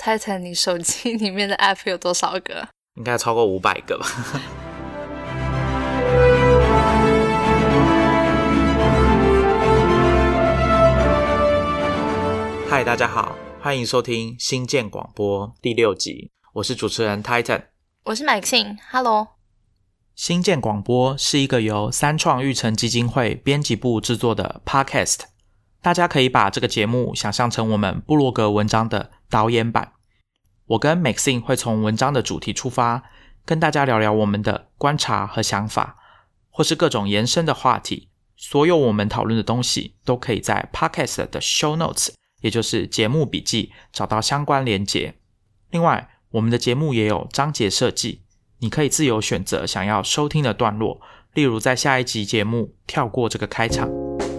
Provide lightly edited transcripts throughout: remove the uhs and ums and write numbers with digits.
Titan， 你手机里面的 App 有多少个？ 应该超过500个吧。嗨，大家好，欢迎收听新建广播第6集，我是主持人 Titan， 我是 Maxine， Hello。 新建广播是一个由三创育成基金会编辑部制作的 Podcast， 大家可以把这个节目想象成我们部落格文章的导演版。我跟 Maxine 会从文章的主题出发，跟大家聊聊我们的观察和想法，或是各种延伸的话题。所有我们讨论的东西都可以在 Podcast 的 Show Notes， 也就是节目笔记找到相关连结。另外，我们的节目也有章节设计，你可以自由选择想要收听的段落，例如在下一集节目跳过这个开场。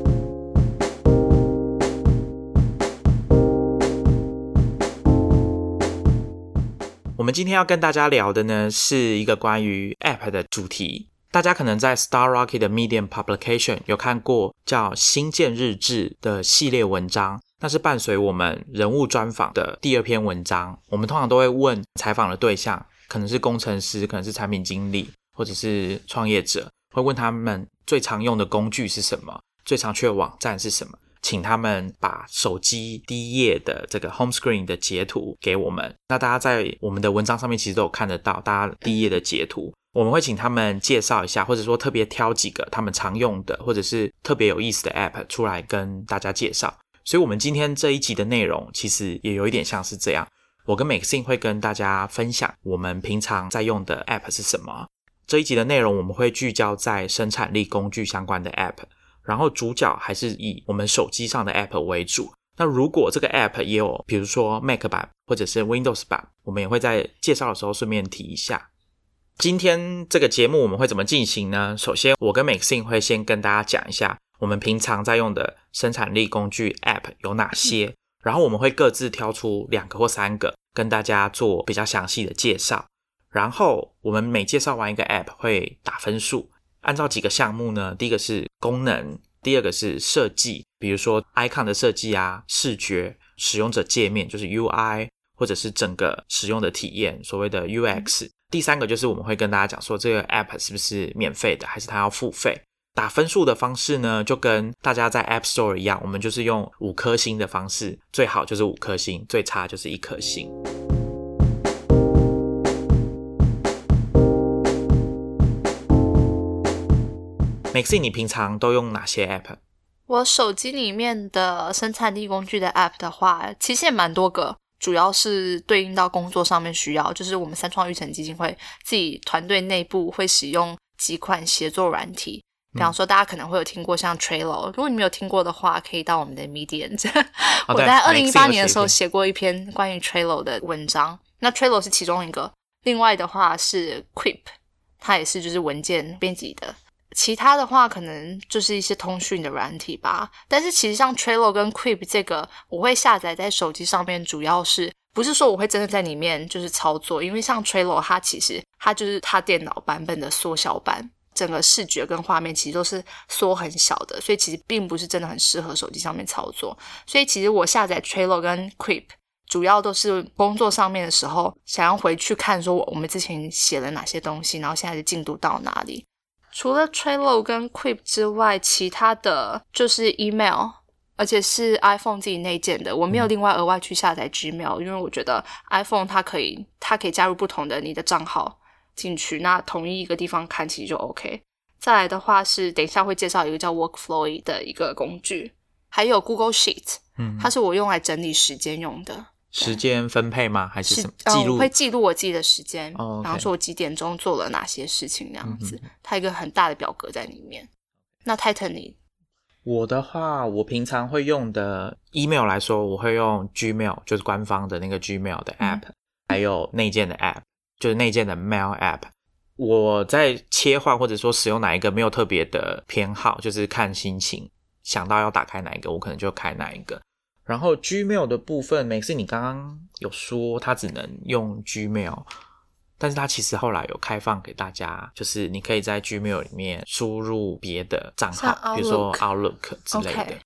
我们今天要跟大家聊的呢，是一个关于 App 的主题。大家可能在 Star Rocket 的 Medium Publication 有看过叫新建日志的系列文章，那是伴随我们人物专访的第2篇文章。我们通常都会问采访的对象，可能是工程师，可能是产品经理，或者是创业者，会问他们最常用的工具是什么，最常去的网站是什么，请他们把手机第一页的这个 home screen 的截图给我们。那大家在我们的文章上面其实都有看得到大家第一页的截图，我们会请他们介绍一下，或者说特别挑几个他们常用的或者是特别有意思的 app 出来跟大家介绍。所以我们今天这一集的内容其实也有一点像是这样，我跟 Maxine 会跟大家分享我们平常在用的 app 是什么。这一集的内容我们会聚焦在生产力工具相关的 app， 然后主角还是以我们手机上的 app 为主。那如果这个 app 也有比如说 Mac 版或者是 Windows 版，我们也会在介绍的时候顺便提一下。今天这个节目我们会怎么进行呢？首先我跟 Maxine 会先跟大家讲一下我们平常在用的生产力工具 app 有哪些，然后我们会各自挑出2个或3个跟大家做比较详细的介绍，然后我们每介绍完一个 app 会打分数，按照几个项目呢，第一个是功能，第二个是设计，比如说 icon 的设计啊，视觉，使用者界面就是 UI， 或者是整个使用的体验，所谓的 UX。第3个就是我们会跟大家讲说这个 app 是不是免费的，还是它要付费。打分数的方式呢，就跟大家在 App Store 一样，我们就是用5颗星的方式，最好就是5颗星，最差就是1颗星。Maxine 你平常都用哪些 app？ 我手机里面的生产力工具的 app 的话，其实也蛮多个，主要是对应到工作上面需要，就是我们三创育成基金会自己团队内部会使用几款协作软体，比方说大家可能会有听过像 Trello， 如果你没有听过的话，可以到我们的 Medium 我在2018年的时候写过一篇关于 Trello 的文章，那 Trello 是其中一个，另外的话是 Quip， 它也是就是文件编辑的，其他的话可能就是一些通讯的软体吧。但是其实像 Trello 跟 Quip 这个我会下载在手机上面，主要是不是说我会真的在里面就是操作，因为像 Trello 它其实它就是它电脑版本的缩小版，整个视觉跟画面其实都是缩很小的，所以其实并不是真的很适合手机上面操作。所以其实我下载 Trello 跟 Quip 主要都是工作上面的时候想要回去看说我们之前写了哪些东西，然后现在的进度到哪里。除了 Trello 跟 Quip 之外，其他的就是 email， 而且是 iPhone 自己内建的，我没有另外额外去下载 Gmail， 因为我觉得 iPhone 它可以加入不同的你的账号进去，那统一一个地方看其实就 OK。 再来的话是等一下会介绍一个叫 Workflow 的一个工具，还有 Google Sheet， 它是我用来整理时间用的。 时间分配吗？还是什么记录？ 我会记录我自己的时间， 比方说我几点钟做了哪些事情这样子，它有一个很大的表格在里面。那 Titan 你？ 我的话，我平常会用的 email 来说，我会用 Gmail， 就是官方的那个 Gmail 的 app，还有内建的 app， 就是内建的 Mail app。我在切换或者说使用哪一个没有特别的偏好，就是看心情，想到要打开哪一个我可能就开哪一个。然后 Gmail 的部分 Max 你刚刚有说它只能用 Gmail， 但是它其实后来有开放给大家，就是你可以在 Gmail 里面输入别的账号，比如说 Outlook 之类的。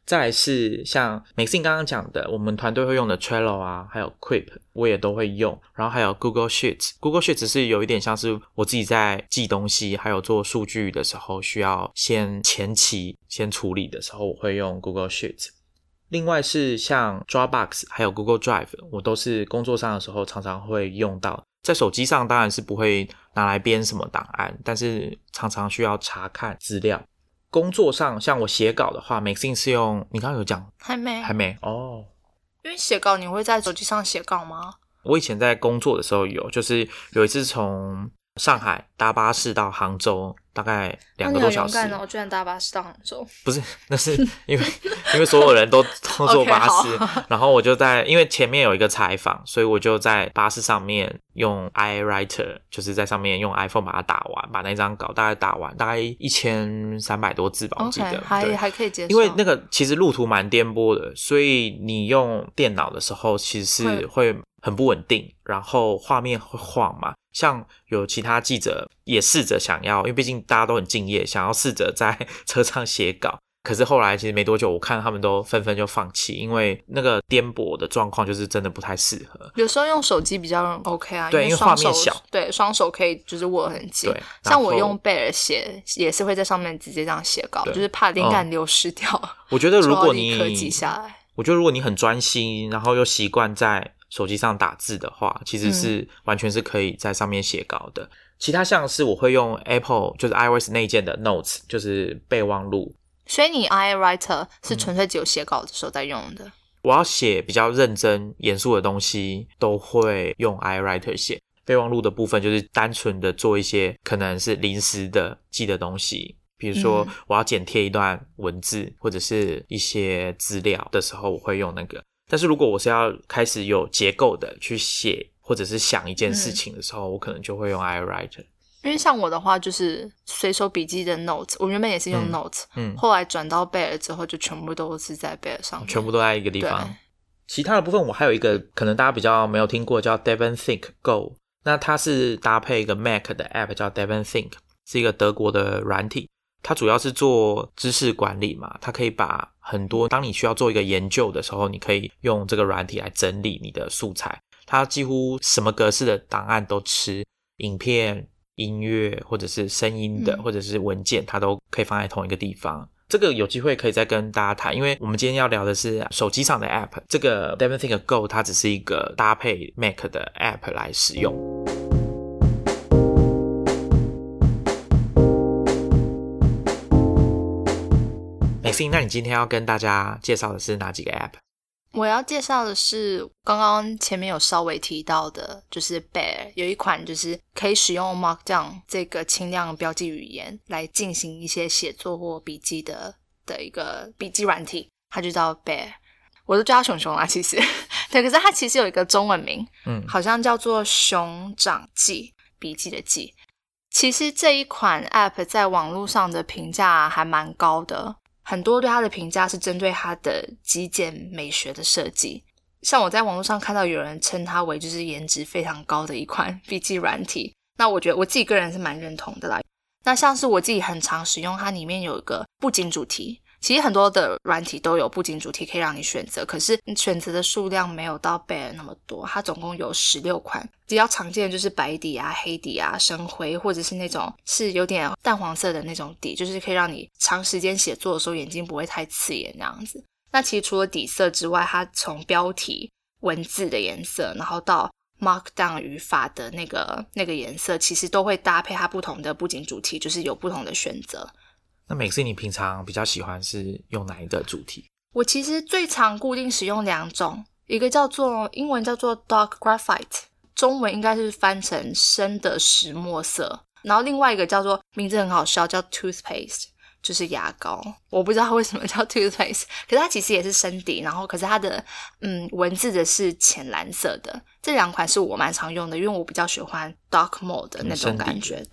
再来是像 Maxine 刚刚讲的，我们团队会用的 Trello 啊，还有 Quip 我也都会用，然后还有 Google Sheets。Google Sheets 是有一点像是我自己在记东西还有做数据的时候需要前期先处理的时候，我会用 Google Sheets。另外是像 Dropbox 还有 Google Drive， 我都是工作上的时候常常会用到。在手机上当然是不会拿来编什么档案，但是常常需要查看资料。工作上像我写稿的话 Maxine 是用，你刚刚有讲还没哦。 因为写稿你会在手机上写稿吗？ 我以前在工作的时候就是有一次从上海搭巴士到杭州，大概2个多小时。 那你好勇敢哦，居然搭巴士到杭州。 不是，那是因为所有人都坐巴士 okay, 然后我就因为前面有一个采访，所以我就在巴士上面用 iWriter， 就是在上面用 iPhone 把它打完，把那张稿大概打完，大概1300多字吧，我记得。 还可以接受。 因为那个其实路途蛮颠簸的，所以你用电脑的时候其实是会很不稳定，然后画面会晃嘛。像有其他记者也试着想要，因为毕竟大家都很敬业，想要试着在车上写稿，可是后来其实没多久，我看他们都纷纷就放弃，因为那个颠簸的状况就是真的不太适合。 有时候用手机比较 OK 啊， 对，因为画面小， 对，双手可以就是握很紧。 对， 像我用贝尔写也是会在上面直接这样写稿，就是怕灵感流失掉。 我觉得如果你立刻记下来， 我觉得如果你很专心，然后又习惯在手机上打字的话，其实是完全是可以在上面写稿的。其他像是我会用 Apple 就是 iOS 内建的 Notes， 就是备忘录。 所以你 iWriter 是纯粹只有写稿的时候在用的。 我要写比较认真严肃的东西都会用 iWriter 写，备忘录的部分就是单纯的做一些可能是临时的记的东西，比如说我要剪贴一段文字或者是一些资料的时候我会用那个。但是如果我是要开始有结构的去写或者是想一件事情的时候，我可能就会用 iWriter。 因为像我的话就是随手笔记的 Notes， 我原本也是用 Notes，后来转到 Bear 之后就全部都是在 Bear 上面， 全部都在一个地方。其他的部分我还有一个可能大家比较没有听过叫 DevonThink Go， 那它是搭配一个 Mac 的 App 叫 DevonThink， 是一个德国的软体，它主要是做知识管理嘛，它可以把很多当你需要做一个研究的时候，你可以用这个软体来整理你的素材，它几乎什么格式的档案都吃，影片、音乐或者是声音的或者是文件，它都可以放在同一个地方。这个有机会可以再跟大家谈，因为我们今天要聊的是手机上的 App， 这个 DevonThink Go 它只是一个搭配 Mac 的 App 来使用。Maxine， 那你今天要跟大家介绍的是哪几个 App？ 我要介绍的是刚刚前面有稍微提到的，就是 Bear 有一款就是可以使用 Markdown 这个轻量标记语言来进行一些写作或笔记的一个笔记软体，它就叫 Bear。我都叫它熊熊啦，其实对，可是它其实有一个中文名，好像叫做熊掌记，笔记的记。其实这一款 App 在网络上的评价还蛮高的，很多对它的评价是针对它的极简美学的设计。像我在网络上看到有人称它为就是颜值非常高的一款笔记软体，那我觉得我自己个人是蛮认同的啦。那像是我自己很常使用，它里面有一个布景主题，其实很多的软体都有布景主题可以让你选择，可是你选择的数量没有到 Bear 那么多，它总共有16款，比较常见的就是白底啊、黑底啊、深灰，或者是那种是有点淡黄色的那种底，就是可以让你长时间写作的时候眼睛不会太刺眼那样子。那其实除了底色之外，它从标题、文字的颜色，然后到 Markdown 语法的那个颜色，其实都会搭配它不同的布景主题，就是有不同的选择。 那Maxine你平常比较喜欢是用哪一个主题？ 我其实最常固定使用2种，一个叫做英文叫做 Dark Graphite， 中文应该是翻成深的石墨色，然后另外一个叫做名字很好笑叫 Toothpaste， 就是牙膏。我不知道为什么叫 Toothpaste， 可是它其实也是深底，然后可是它的文字的是浅蓝色的。这2款是我蛮常用的，因为我比较喜欢 Dark Mode 的那种感觉，对。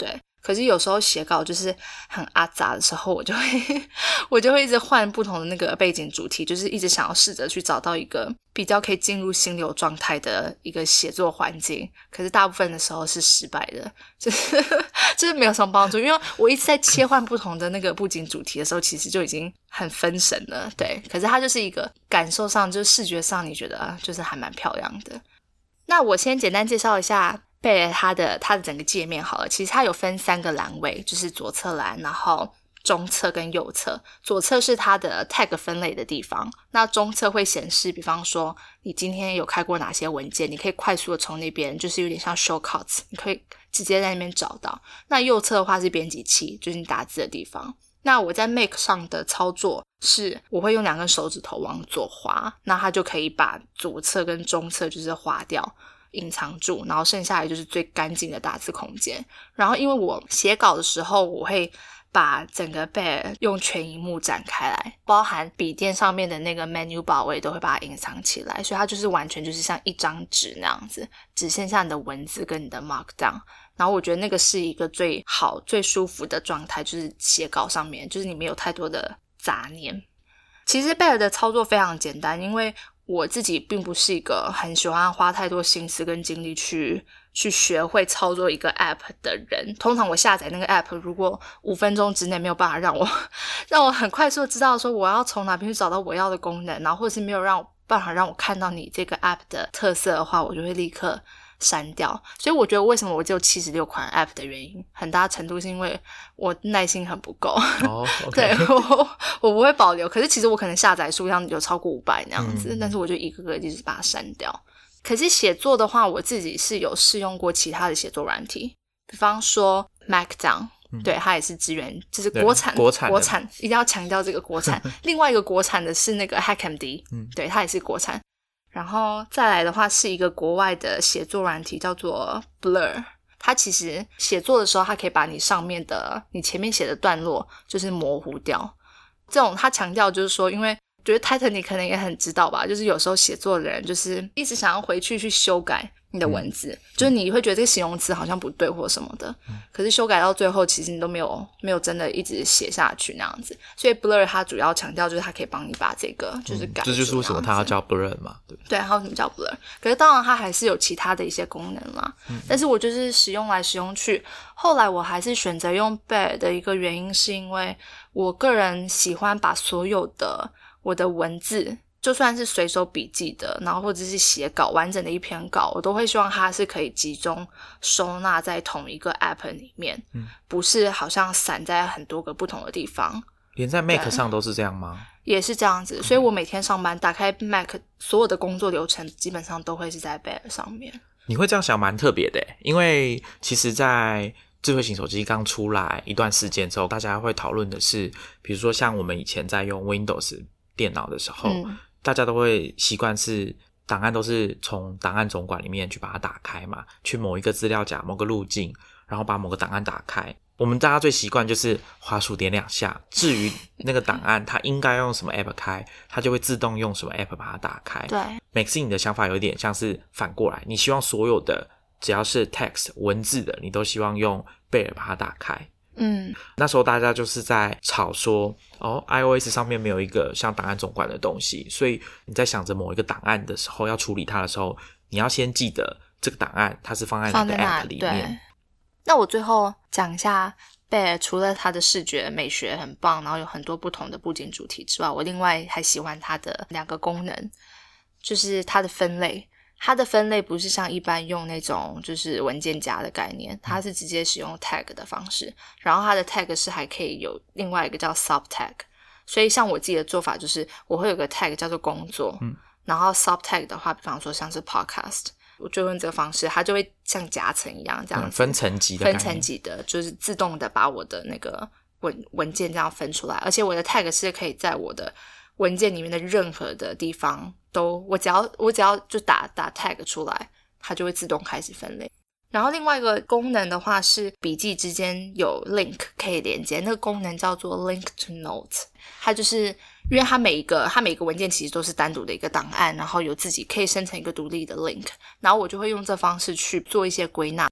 可是有时候写稿就是很阿杂的时候，我就会一直换不同的那个背景主题，就是一直想要试着去找到一个比较可以进入心流状态的一个写作环境，可是大部分的时候是失败的，就是没有什么帮助，因为我一直在切换不同的那个布景主题的时候，其实就已经很分神了，对。可是它就是一个感受上，就是视觉上，你觉得就是还蛮漂亮的。那我先简单介绍一下贝尔它的整个界面好了。其实它有分3个栏位，就是左侧栏，然后中侧跟右侧。左侧是它的 tag 分类的地方，那中侧会显示比方说你今天有开过哪些文件，你可以快速的从那边，就是有点像 shortcuts， 你可以直接在那边找到。那右侧的话是编辑器，就是你打字的地方。那我在 Make 上的操作是我会用2根手指头往左滑，那它就可以把左侧跟中侧就是滑掉隐藏住，然后剩下来就是最干净的打字空间。然后因为我写稿的时候我会把整个 Bear 用全萤幕展开来，包含笔电上面的那个 menu bar 我也都会把它隐藏起来，所以它就是完全就是像一张纸那样子，只剩下你的文字跟你的 markdown。然后我觉得那个是一个最好最舒服的状态，就是写稿上面就是你没有太多的杂念。其实 Bear 的操作非常简单，因为我自己并不是一个很喜欢花太多心思跟精力去学会操作一个 app 的人。通常我下载那个 app 如果5分钟之内没有办法让我很快速知道说我要从哪边去找到我要的功能，然后或者是没有办法让我看到你这个 app 的特色的话，我就会立刻删掉。所以我觉得为什么我只有76款 app 的原因，很大程度是因为我耐心很不够。 okay. 对，我不会保留，可是其实我可能下载数量有超过500那样子，但是我就一个个就是把它删掉。可是写作的话，我自己是有试用过其他的写作软体，比方说 Markdown，对，它也是支援，就是国产一定要强调这个国产。另外一个国产的是那个 HackMD，对，它也是国产。然后再来的话是一个国外的写作软体叫做 Blur， 它其实写作的时候它可以把你前面写的段落就是模糊掉。这种它强调就是说，因为觉得 Titan 你可能也很知道吧，就是有时候写作的人就是一直想要回去修改你的文字，就是你会觉得这个形容词好像不对或什么的，可是修改到最后其实你都没有真的一直写下去那样子。所以 Blur 它主要强调就是它可以帮你把这个就是改， 这就是为什么它要叫 Blur 嘛， 对，它为什么叫 Blur。 可是当然它还是有其他的一些功能啦，但是我就是使用来使用去，后来我还是选择用 Bear 的一个原因是因为我个人喜欢把所有的我的文字，就算是随手笔记的，然后或者是写稿完整的一篇稿，我都会希望它是可以集中收纳在同一个 app 里面，不是好像散在很多个不同的地方。 连在 Mac 上都是这样吗？ 也是这样子，所以我每天上班打开 Mac， 所有的工作流程基本上都会是在 Bear 上面。 你会这样想蛮特别的耶，因为其实在智慧型手机刚出来一段时间之后，大家会讨论的是，比如说像我们以前在用 Windows 电脑的时候，大家都会习惯是档案都是从档案总管里面去把它打开嘛，去某一个资料夹某个路径，然后把某个档案打开。我们大家最习惯就是滑鼠点2下，至于那个档案它应该用什么 app 开，它就会自动用什么 app 把它打开。 对， Maxine 你的想法有点像是反过来，你希望所有的只要是 text 文字的，你都希望用 Bear 把它打开。那时候大家就是在吵说iOS 上面没有一个像档案总管的东西，所以你在想着某一个档案的时候，要处理它的时候，你要先记得这个档案它是放在你的 app 里面。 那我最后讲一下 Bear 除了它的视觉美学很棒，然后有很多不同的布景主题之外，我另外还喜欢它的2个功能，就是它的分类。它的分类不是像一般用那种就是文件夹的概念，它是直接使用 tag 的方式，然后它的 tag 是还可以有另外一个叫 sub tag。 所以像我自己的做法就是我会有个 tag 叫做工作，然后 sub tag 的话比方说像是 podcast， 我就用这个方式，它就会像夹层一样这样子， 分层级的概念， 分层级的就是自动的把我的那个文件这样分出来，而且我的 tag 是可以在我的文件里面的任何的地方都，我只要就打 tag 出来，它就会自动开始分类。然后另外一个功能的话是笔记之间有 link 可以连接，那个功能叫做 link to note。 它就是因为它每一个文件其实都是单独的一个档案，然后有自己可以生成一个独立的 link， 然后我就会用这方式去做一些归纳。比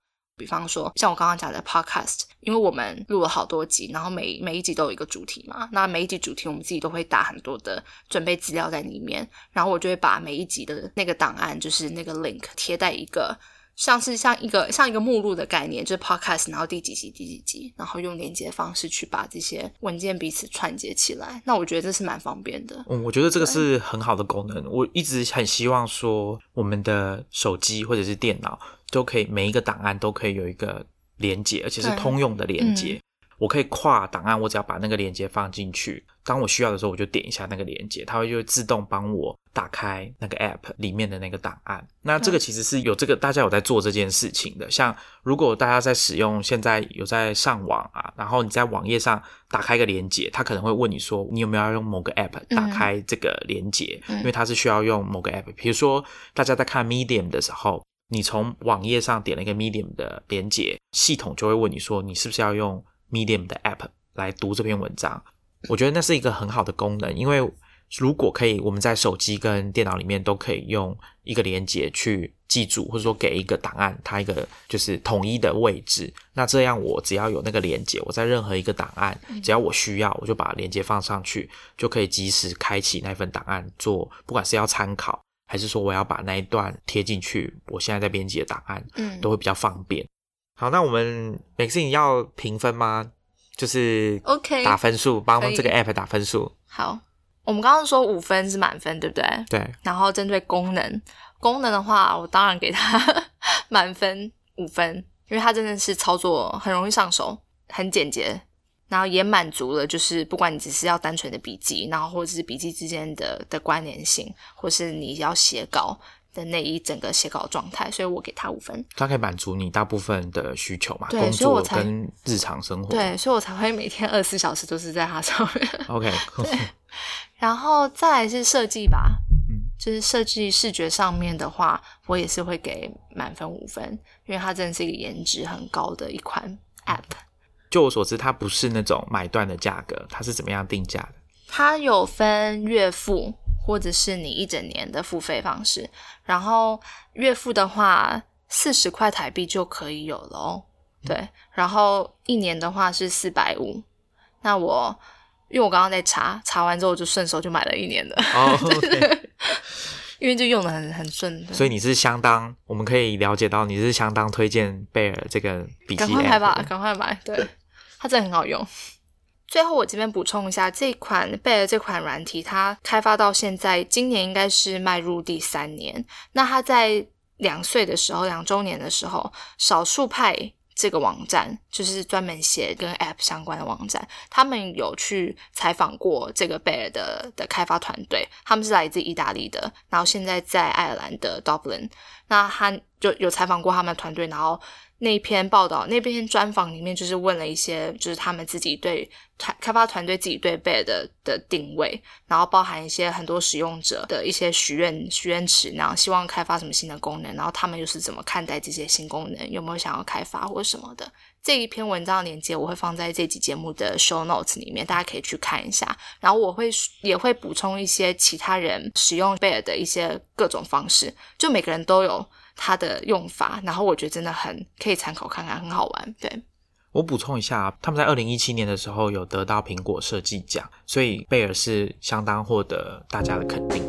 比方说像我刚刚讲的 podcast， 因为我们录了好多集，然后每一集都有一个主题嘛，那每一集主题我们自己都会打很多的准备资料在里面，然后我就会把每一集的那个档案，就是那个 link 贴在一个像一个目录的概念，就是 podcast 然后第几集，然后用连接的方式去把这些文件彼此串接起来，那我觉得这是蛮方便的。 我觉得这个是很好的功能，我一直很希望说我们的手机或者是电脑都可以每一个档案都可以有一个连接，而且是通用的连接，我可以跨档案，我只要把那个连接放进去，当我需要的时候我就点一下那个连接，它就会自动帮我打开那个 app 里面的那个档案。那这个其实是有这个大家有在做这件事情的，像如果大家在使用，现在有在上网啊，然后你在网页上打开一个连接，它可能会问你说你有没有要用某个 app 打开这个连接，因为它是需要用某个 app， 比如说大家在看 Medium 的时候，你从网页上点了一个 Medium 的连结，系统就会问你说你是不是要用 Medium 的 app 来读这篇文章。我觉得那是一个很好的功能，因为如果可以我们在手机跟电脑里面都可以用一个连结去记住，或者说给一个档案它一个就是统一的位置，那这样我只要有那个连结，我在任何一个档案只要我需要我就把连结放上去，就可以及时开启那份档案做，不管是要参考还是说我要把那一段贴进去我现在在编辑的档案，都会比较方便。好，那我们 Maxine 要评分吗？就是打分数，帮这个 app 打分数。 好，我们刚刚说5分是满分对不对？ 对。然后针对功能的话，我当然给它满分5分，因为它真的是操作很容易上手，很简洁，然后也满足了就是不管你只是要单纯的笔记，然后或者是笔记之间的关联性，或是你要写稿的那一整个写稿状态，所以我给他5分。 它可以满足你大部分的需求嘛， 对， 工作跟日常生活。 对，所以我才会每天24小时都是在它上面。 OK 对，然后再来是设计吧，就是设计视觉上面的话，我也是会给满分5分，因为它真的是一个颜值很高的一款 App。 就我所知，它不是那种买断的价格，它是怎么样定价的？ 它有分月付或者是你一整年的付费方式，然后月付的话40块台币就可以有了哦。对，然后一年的话是450。那因为我刚刚在查完之后我就顺手就买了1年的。 okay. 因为就用得很顺。 所以你是我们可以了解到你是相当推荐贝尔这个笔记 app。 赶快买吧，赶快买，对，它真的很好用。最后我这边补充一下，贝尔这款软体它开发到现在，今年应该是迈入第3年。那它在2岁的时候，2周年的时候，少数派这个网站就是专门写跟 App 相关的网站，他们有去采访过这个贝尔的开发团队，他们是来自意大利的，然后现在在爱尔兰的 Dublin。 那他就有采访过他们的团队，然后那篇报道那篇专访里面就是问了一些就是他们自己对开发团队自己对贝尔的定位，然后包含一些很多使用者的一些许愿池，然后希望开发什么新的功能，然后他们又是怎么看待这些新功能，有没有想要开发或什么的。这一篇文章的链接我会放在这集节目的 show notes 里面，大家可以去看一下，然后也会补充一些其他人使用贝尔的一些各种方式，就每个人都有它的用法，然后我觉得真的可以参考看看，很好玩。对， 我补充一下，他们在2017年的时候有得到苹果设计奖，所以贝尔是相当获得大家的肯定。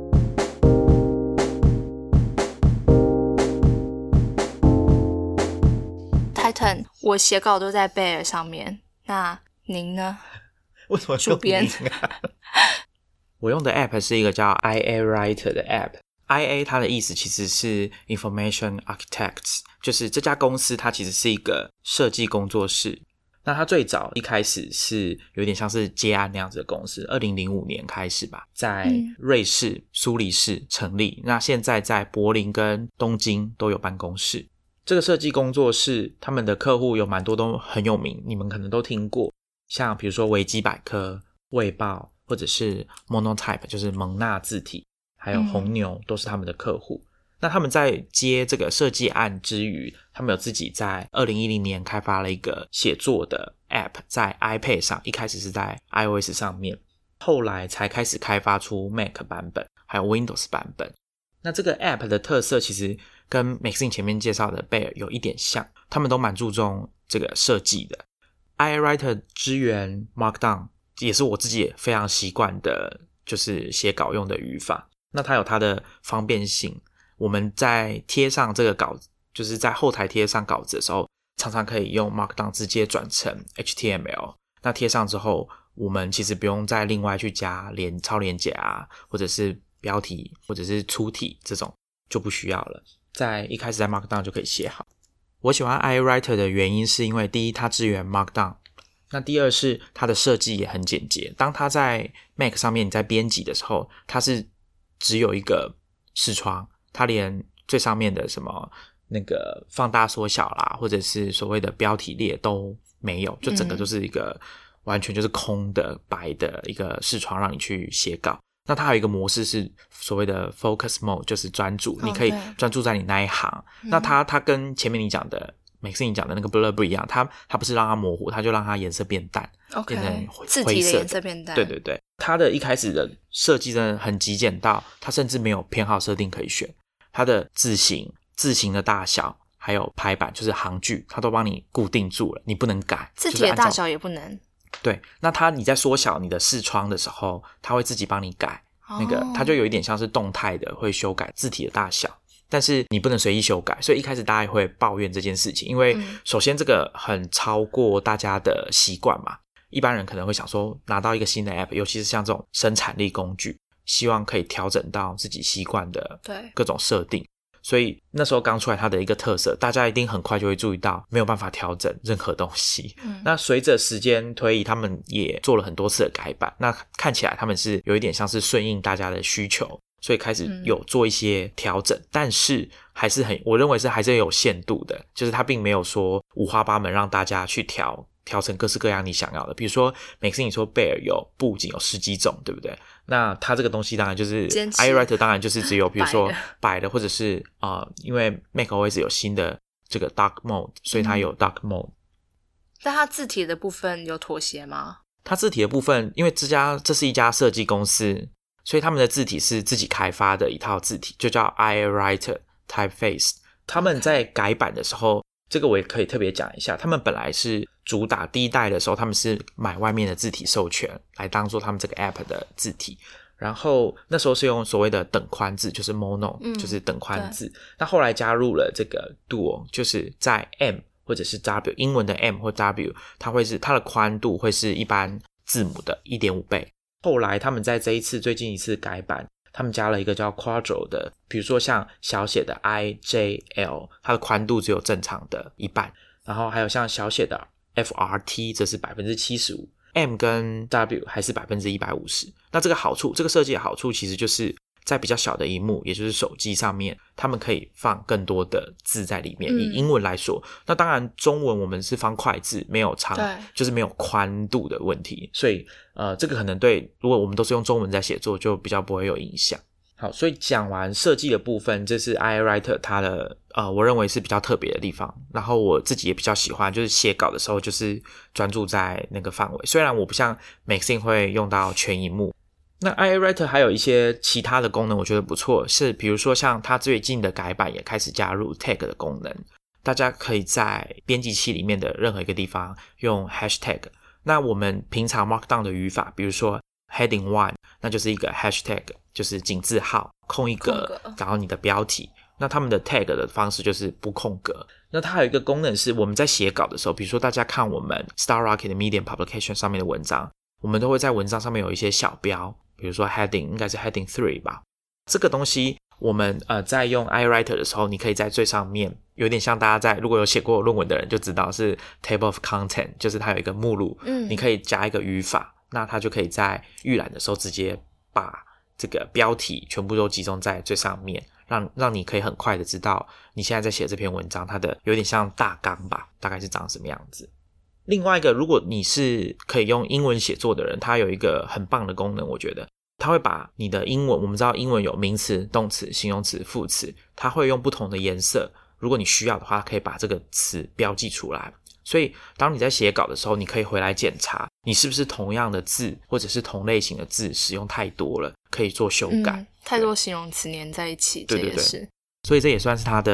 Titan 我写稿都在贝尔上面，那您呢？ 为什么主编我用的 app 是一个叫 IA Writer 的 app。IA 它的意思其实是 Information Architects， 就是这家公司它其实是一个设计工作室。那它最早一开始是有点像是接案那样子的公司，2005年开始吧，在瑞士苏黎世成立。那现在在柏林跟东京都有办公室。这个设计工作室他们的客户有蛮多都很有名，你们可能都听过，像比如说维基百科、卫报，或者是 Monotype 就是蒙纳字体，还有红牛都是他们的客户。那他们在接这个设计案之余，他们有自己在2010年开发了一个写作的 App， 在 iPad 上，一开始是在 iOS 上面，后来才开始开发出 Mac 版本还有 Windows 版本。那这个 App 的特色其实跟 Maxine 前面介绍的贝尔有一点像， 他们都蛮注重这个设计的。iWriter 支援 Markdown 也是我自己也非常习惯的，就是写稿用的语法。那它有它的方便性，我们在贴上这个稿子，就是在后台贴上稿子的时候，常常可以用 Markdown 直接转成 HTML。那贴上之后，我们其实不用再另外去加超连结啊，或者是标题，或者是粗体，这种就不需要了。在一开始在 Markdown 就可以写好。我喜欢 iWriter 的原因是因为第一，它支援 Markdown， 那第二是它的设计也很简洁。当它在 Mac 上面你在编辑的时候，它是只有一个视窗，它连最上面的什么那个放大缩小啦，或者是所谓的标题列都没有，就整个就是一个完全就是空的白的一个视窗让你去写稿。那它还有一个模式是所谓的 focus mode， 就是专注，你可以专注在你那一行。那它跟前面你讲的Maxine 讲的那个 blur 不一样，它不是让它模糊，它就让它颜色变淡，变成灰色的， 字体的颜色变淡。 对对对，它的一开始的设计真的很极简到，它甚至没有偏好设定可以选，它的字型的大小还有排版就是行距，它都帮你固定住了，你不能改。 字体的大小也不能。 对，那你在缩小你的视窗的时候，它会自己帮你改，那个它就有一点像是动态的会修改字体的大小，但是你不能随意修改，所以一开始大家也会抱怨这件事情，因为首先这个很超过大家的习惯嘛，一般人可能会想说拿到一个新的 app， 尤其是像这种生产力工具，希望可以调整到自己习惯的各种设定。所以那时候刚出来它的一个特色，大家一定很快就会注意到没有办法调整任何东西。那随着时间推移，他们也做了很多次的改版，那看起来他们是有一点像是顺应大家的需求，所以开始有做一些调整，但是还是我认为是还是有限度的，就是它并没有说五花八门让大家去调成各式各样你想要的。比如说Maxine你说贝尔有布景有10几种，对不对？那它这个东西当然就是 iWriter 当然就是只有比如说白的或者是因为 macOS 有新的这个 Dark Mode， 所以它有 Dark Mode。 但它字体的部分有妥协吗？ 它字体的部分，因为这是一家设计公司，所以他们的字体是自己开发的一套字体，就叫 iWriter Typeface。他们在改版的时候，这个我也可以特别讲一下，他们本来是主打第一代的时候，他们是买外面的字体授权来当做他们这个 app 的字体，然后那时候是用所谓的等宽字，就是 mono，就是等宽字。那后来加入了这个 dual， 就是在 M 或者是 W， 英文的 M 或 W， 它的宽度会是一般字母的 1.5 倍。后来他们在最近一次改版，他们加了一个叫 Quadro 的，比如说像小写的 IJL， 它的宽度只有正常的一半，然后还有像小写的 FRT， 这是 75%， M 跟 W 还是 150%。 那这个设计的好处其实就是在比较小的萤幕，也就是手机上面，他们可以放更多的字在里面。以英文来说，那当然中文我们是方块字，没有长，就是没有宽度的问题，所以这个可能如果我们都是用中文在写作，就比较不会有影响。好，所以讲完设计的部分，这是 iWriter 它的我认为是比较特别的地方，然后我自己也比较喜欢，就是写稿的时候就是专注在那个范围，虽然我不像 Maxine 会用到全萤幕。那 iWriter 还有一些其他的功能我觉得不错，是比如说像它最近的改版也开始加入 tag 的功能，大家可以在编辑器里面的任何一个地方用 hashtag。 那我们平常 Markdown 的语法，比如说 heading 1， 那就是一个 hashtag， 就是井字号空一格，然后你的标题。那他们的 tag 的方式就是不空格。那它还有一个功能是我们在写稿的时候，比如说大家看我们 Star Rocket 的 Medium Publication 上面的文章，我们都会在文章上面有一些小标，比如说 heading 应该是 heading 3吧。这个东西我们在用 iWriter 的时候，你可以在最上面，有点像大家如果有写过论文的人就知道是 table of content， 就是它有一个目录，你可以加一个语法，那它就可以在预览的时候直接把这个标题全部都集中在最上面，让你可以很快的知道你现在在写这篇文章，它的有点像大纲吧，大概是长什么样子。另外一个，如果你是可以用英文写作的人，它有一个很棒的功能，我觉得它会把你的英文，我们知道英文有名词、动词、形容词、副词，它会用不同的颜色，如果你需要的话可以把这个词标记出来，所以当你在写稿的时候，你可以回来检查你是不是同样的字或者是同类型的字使用太多了，可以做修改。 太多形容词粘在一起，这也是。 所以这也算是它的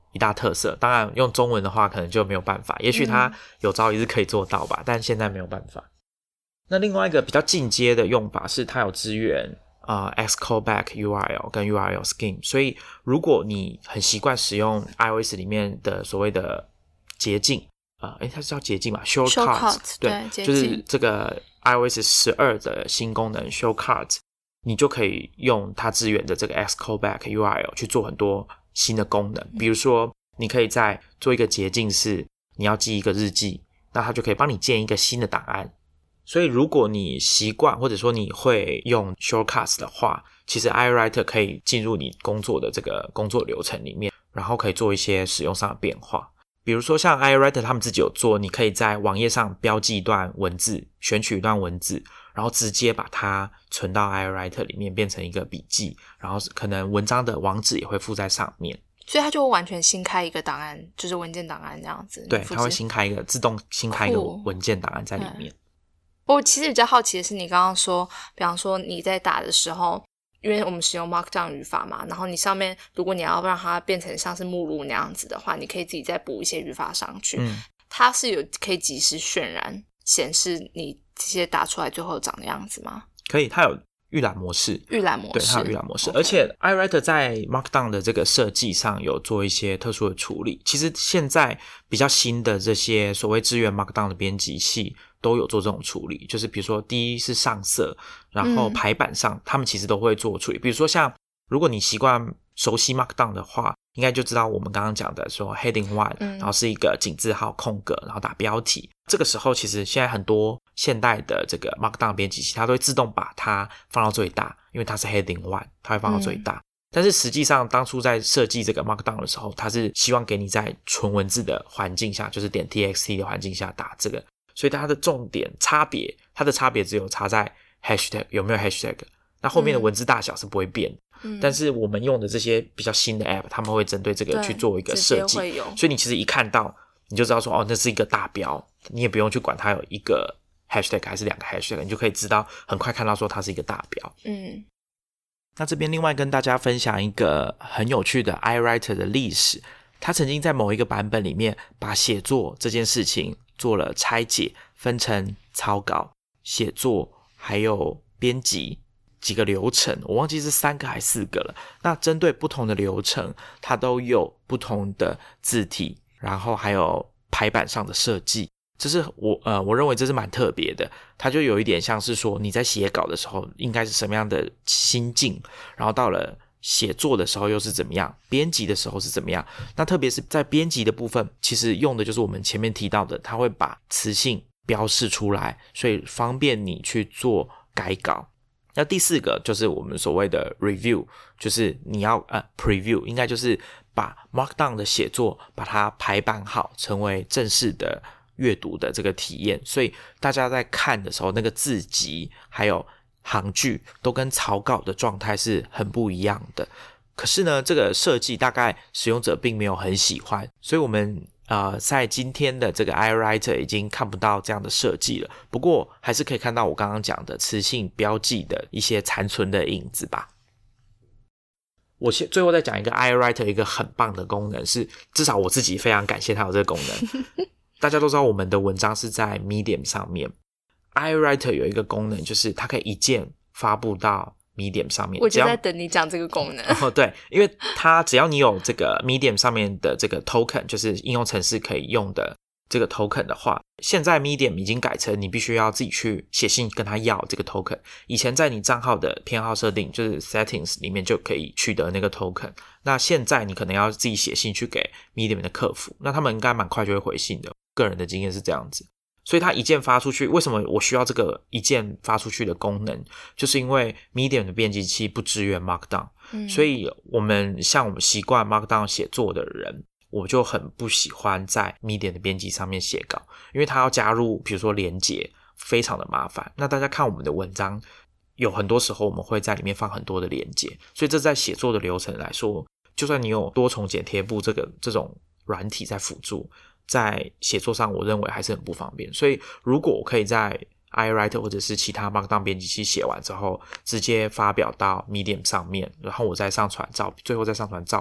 一大特色。当然用中文的话可能就没有办法，也许它有朝一日可以做到吧，但现在没有办法。那另外一个比较进阶的用法是它有支援Xcallback URL 跟 URL Scheme， 所以如果你很习惯使用 iOS 里面的所谓的捷径它是叫捷径嘛 Shortcuts 对，就是这个 iOS 12的新功能 Shortcuts， 你就可以用它支援的这个 Xcallback URL 去做很多新的功能。比如说你可以再做一个捷径是你要记一个日记，那它就可以帮你建一个新的档案。所以如果你习惯或者说你会用 Shortcuts 的话，其实 iWriter 可以进入你工作的这个工作流程里面，然后可以做一些使用上的变化。比如说像 iWriter 他们自己有做，你可以在网页上标记一段文字，选取一段文字，然后直接把它存到 iWriter 里面变成一个笔记，然后可能文章的网址也会附在上面。 所以它就会完全新开一个档案，就是文件档案这样子。 对，它会自动新开一个文件档案在里面。 我其实比较好奇的是，你刚刚说，比方说你在打的时候，因为我们使用 Markdown 语法嘛，然后你上面如果你要让它变成像是目录那样子的话，你可以自己再补一些语法上去。它是有可以即时渲染显示你这些打出来最后长的样子吗？ 可以，它有预览模式。对，它有预览模式。而且 iWriter 在 Markdown 的这个设计上有做一些特殊的处理。其实现在比较新的这些所谓支援 Markdown 的编辑器都有做这种处理，就是比如说第一是上色，然后排版上他们其实都会做处理。比如说像如果你习惯熟悉 Markdown 的话，应该就知道我们刚刚讲的说 Heading 1然后是一个井字号空格然后打标题。这个时候其实现在很多现代的这个 Markdown 编辑器它都会自动把它放到最大，因为它是 Heading 1它会放到最大。但是实际上当初在设计这个 Markdown 的时候，它是希望给你在纯文字的环境下，就是点 txt 的环境下打这个，所以它的重点差别，它的差别只有差在 hashtag 有没有 hashtag， 那后面的文字大小是不会变但是我们用的这些比较新的 app 他们会针对这个去做一个设计，所以你其实一看到你就知道说那是一个大标，你也不用去管它有一个 hashtag 还是两个 hashtag， 你就可以知道很快看到说它是一个大标。那这边另外跟大家分享一个很有趣的 iWriter 的历史，它曾经在某一个版本里面把写作这件事情做了拆解，分成草稿、写作还有编辑几个流程，我忘记是3个还是4个了。那针对不同的流程，它都有不同的字体，然后还有排版上的设计。这是我认为这是蛮特别的，它就有一点像是说你在写稿的时候应该是什么样的心境，然后到了写作的时候又是怎么样，编辑的时候是怎么样。那特别是在编辑的部分，其实用的就是我们前面提到的，它会把词性标示出来，所以方便你去做改稿。那第4个就是我们所谓的 review， 就是你要preview， 应该就是把 Markdown 的写作把它排版好，成为正式的阅读的这个体验，所以大家在看的时候，那个字集还有行距都跟草稿的状态是很不一样的。可是呢，这个设计大概使用者并没有很喜欢，所以我们在今天的这个 iWriter 已经看不到这样的设计了。不过还是可以看到我刚刚讲的词性标记的一些残存的影子吧。我最后再讲一个 iWriter 一个很棒的功能是，至少我自己非常感谢它有这个功能。大家都知道我们的文章是在 Medium 上面， iWriter 有一个功能就是它可以一键发布到 Medium 上面。 我就在等你讲这个功能。 对，因为它只要你有这个 Medium 上面的这个 token， 就是应用程式可以用的这个 token 的话，现在 Medium 已经改成你必须要自己去写信跟他要这个 token。以前在你账号的偏好设定，就是 settings 里面就可以取得那个 token， 那现在你可能要自己写信去给 Medium 的客服，那他们应该蛮快就会回信的，个人的经验是这样子。所以它一键发出去，为什么我需要这个一键发出去的功能，就是因为 Medium 的编辑器不支援 Markdown，所以我们习惯 Markdown 写作的人，我就很不喜欢在 Medium 的编辑上面写稿，因为它要加入比如说连结，非常的麻烦。那大家看我们的文章，有很多时候我们会在里面放很多的连结，所以这在写作的流程来说，就算你有多重剪贴簿这种软体在辅助，在写作上我认为还是很不方便。所以如果我可以在 iWriter 或者是其他 Markdown 编辑器写完之后直接发表到 Medium 上面，然后我再最后再上传照片，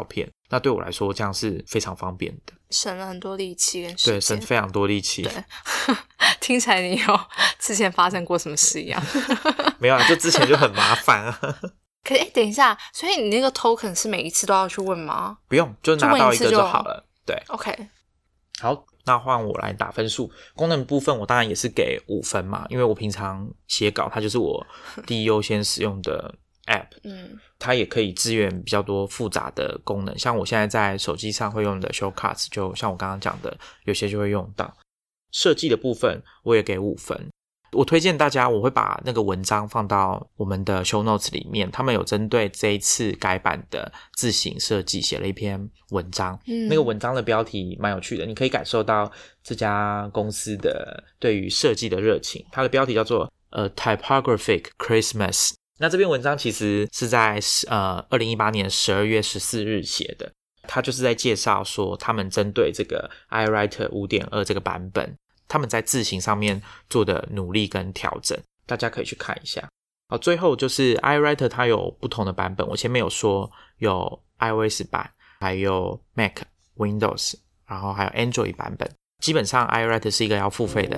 那对我来说这样是非常方便的， 省了很多力气跟时间。 对，省非常多力气。 对，听起来你有之前发生过什么事一样。 没有啊，就之前就很麻烦啊。 可是等一下，所以你那个 token 是每一次都要去问吗？ 不用，就拿到一个就好了。对 ，OK。 好，那换我来打分数。功能部分我当然也是给5分嘛，因为我平常写稿它就是我第一优先使用的 app。它也可以支援比较多复杂的功能，像我现在在手机上会用的 Shortcuts， 就像我刚刚讲的，有些就会用到。设计的部分我也给5分。我推荐大家，我会把那个文章放到我们的 show notes 里面，他们有针对这一次改版的字型设计写了一篇文章。那个文章的标题蛮有趣的，你可以感受到这家公司的对于设计的热情。它的标题叫做 A Typographic Christmas。那这篇文章其实是在2018年12月14日写的，它就是在介绍说他们针对这个 iWriter 5.2 这个版本，他们在字型上面做的努力跟调整，大家可以去看一下。最后就是 iWriter 它有不同的版本，我前面有说有 iOS 版，还有 Mac、Windows， 然后还有 Android 版本。基本上 iWriter 是一个要付费的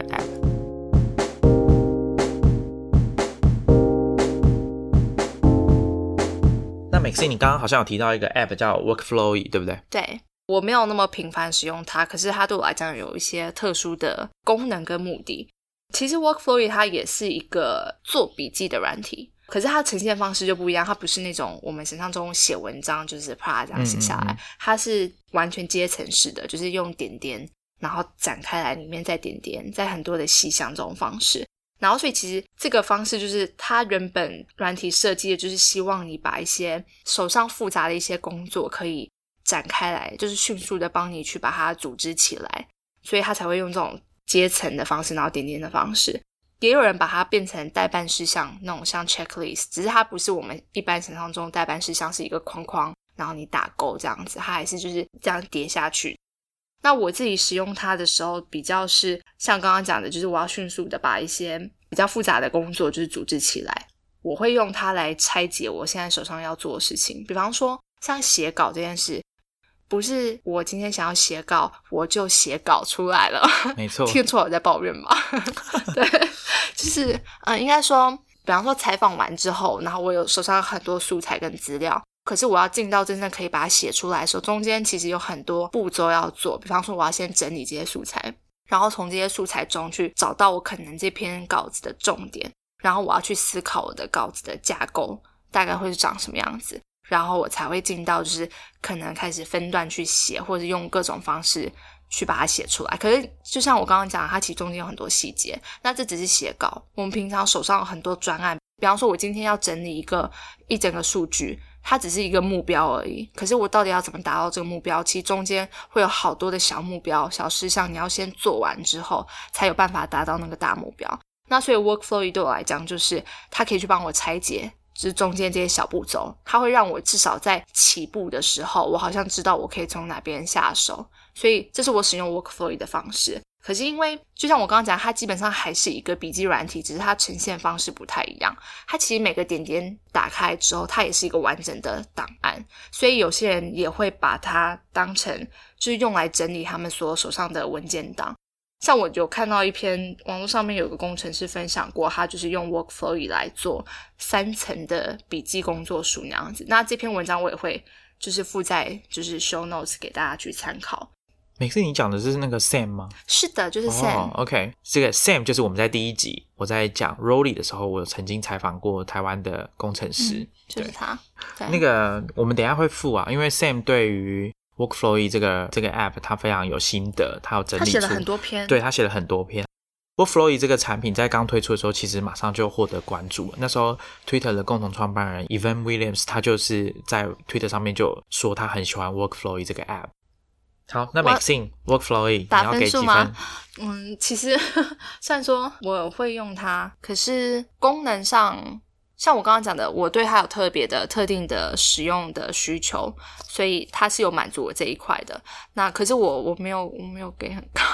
app。Maxine 你刚刚好像有提到一个 app 叫 Workflowy 对不对？ 对，我没有那么频繁使用它，可是它对我来讲有一些特殊的功能跟目的。其实 Workflowy 它也是一个做笔记的软体，可是它呈现方式就不一样，它不是那种我们想象中写文章就是啪这样写下来，它是完全阶层式的，就是用点点然后展开来，里面再点点，在很多的细项这种方式。然后所以其实这个方式就是它原本软体设计的就是希望你把一些手上复杂的一些工作可以展开来，就是迅速的帮你去把它组织起来，所以它才会用这种阶层的方式，然后点点的方式。也有人把它变成待办事项，那种像 checklist， 只是它不是我们一般想象中待办事项是一个框框，然后你打勾这样子，它还是就是这样叠下去。那我自己使用它的时候比较是像刚刚讲的，就是我要迅速的把一些比较复杂的工作就是组织起来，我会用它来拆解我现在手上要做的事情。比方说像写稿这件事，不是我今天想要写稿我就写稿出来了， 没错， 听出来我在抱怨吧？对，就是应该说比方说采访完之后，然后我有手上有很多素材跟资料，可是我要进到真正可以把它写出来的时候，中间其实有很多步骤要做。比方说我要先整理这些素材，然后从这些素材中去找到我可能这篇稿子的重点，然后我要去思考我的稿子的架构大概会是长什么样子，然后我才会进到就是可能开始分段去写，或者用各种方式去把它写出来。可是就像我刚刚讲的，它其实中间有很多细节，那这只是写稿。我们平常手上有很多专案，比方说我今天要整理一整个数据，它只是一个目标而已，可是我到底要怎么达到这个目标，其实中间会有好多的小目标小事项，你要先做完之后才有办法达到那个大目标。那所以 Workflowy 对我来讲就是它可以去帮我拆解就是中间这些小步骤，它会让我至少在起步的时候我好像知道我可以从哪边下手，所以这是我使用 Workflowy 的方式。可是因为就像我刚刚讲，它基本上还是一个笔记软体，只是它呈现方式不太一样，它其实每个点点打开之后它也是一个完整的档案，所以有些人也会把它当成就是用来整理他们所有手上的文件档。像我有看到一篇网络上面有个工程师分享过，他就是用 Workflowy 来做3层的笔记工作书那样子。那这篇文章我也会就是附在就是 show notes 给大家去参考。 每次你讲的是那个 Sam 吗？ 是的，就是 Sam。 OK， 这个 Sam 就是我们在第一集我在讲 Rolly 的时候，我有曾经采访过台湾的工程师， 就是他。对， 那个我们等一下会附啊，因为 Sam 对于Workflowy 这个 app 他非常有心得，他有整理出， 他写了很多篇。 对，他写了很多篇。Workflowy 这个产品在刚推出的时候其实马上就获得关注了，那时候 Twitter 的共同创办人 Evan Williams 他就是在 Twitter 上面就说他很喜欢 Workflowy 这个 app。 好，那 Maxine Workflowy 你要给几分？ 其实虽然说我会用它，可是功能上像我刚刚讲的，我对它有特定的使用的需求，所以它是有满足我这一块的。那可是我没有给很高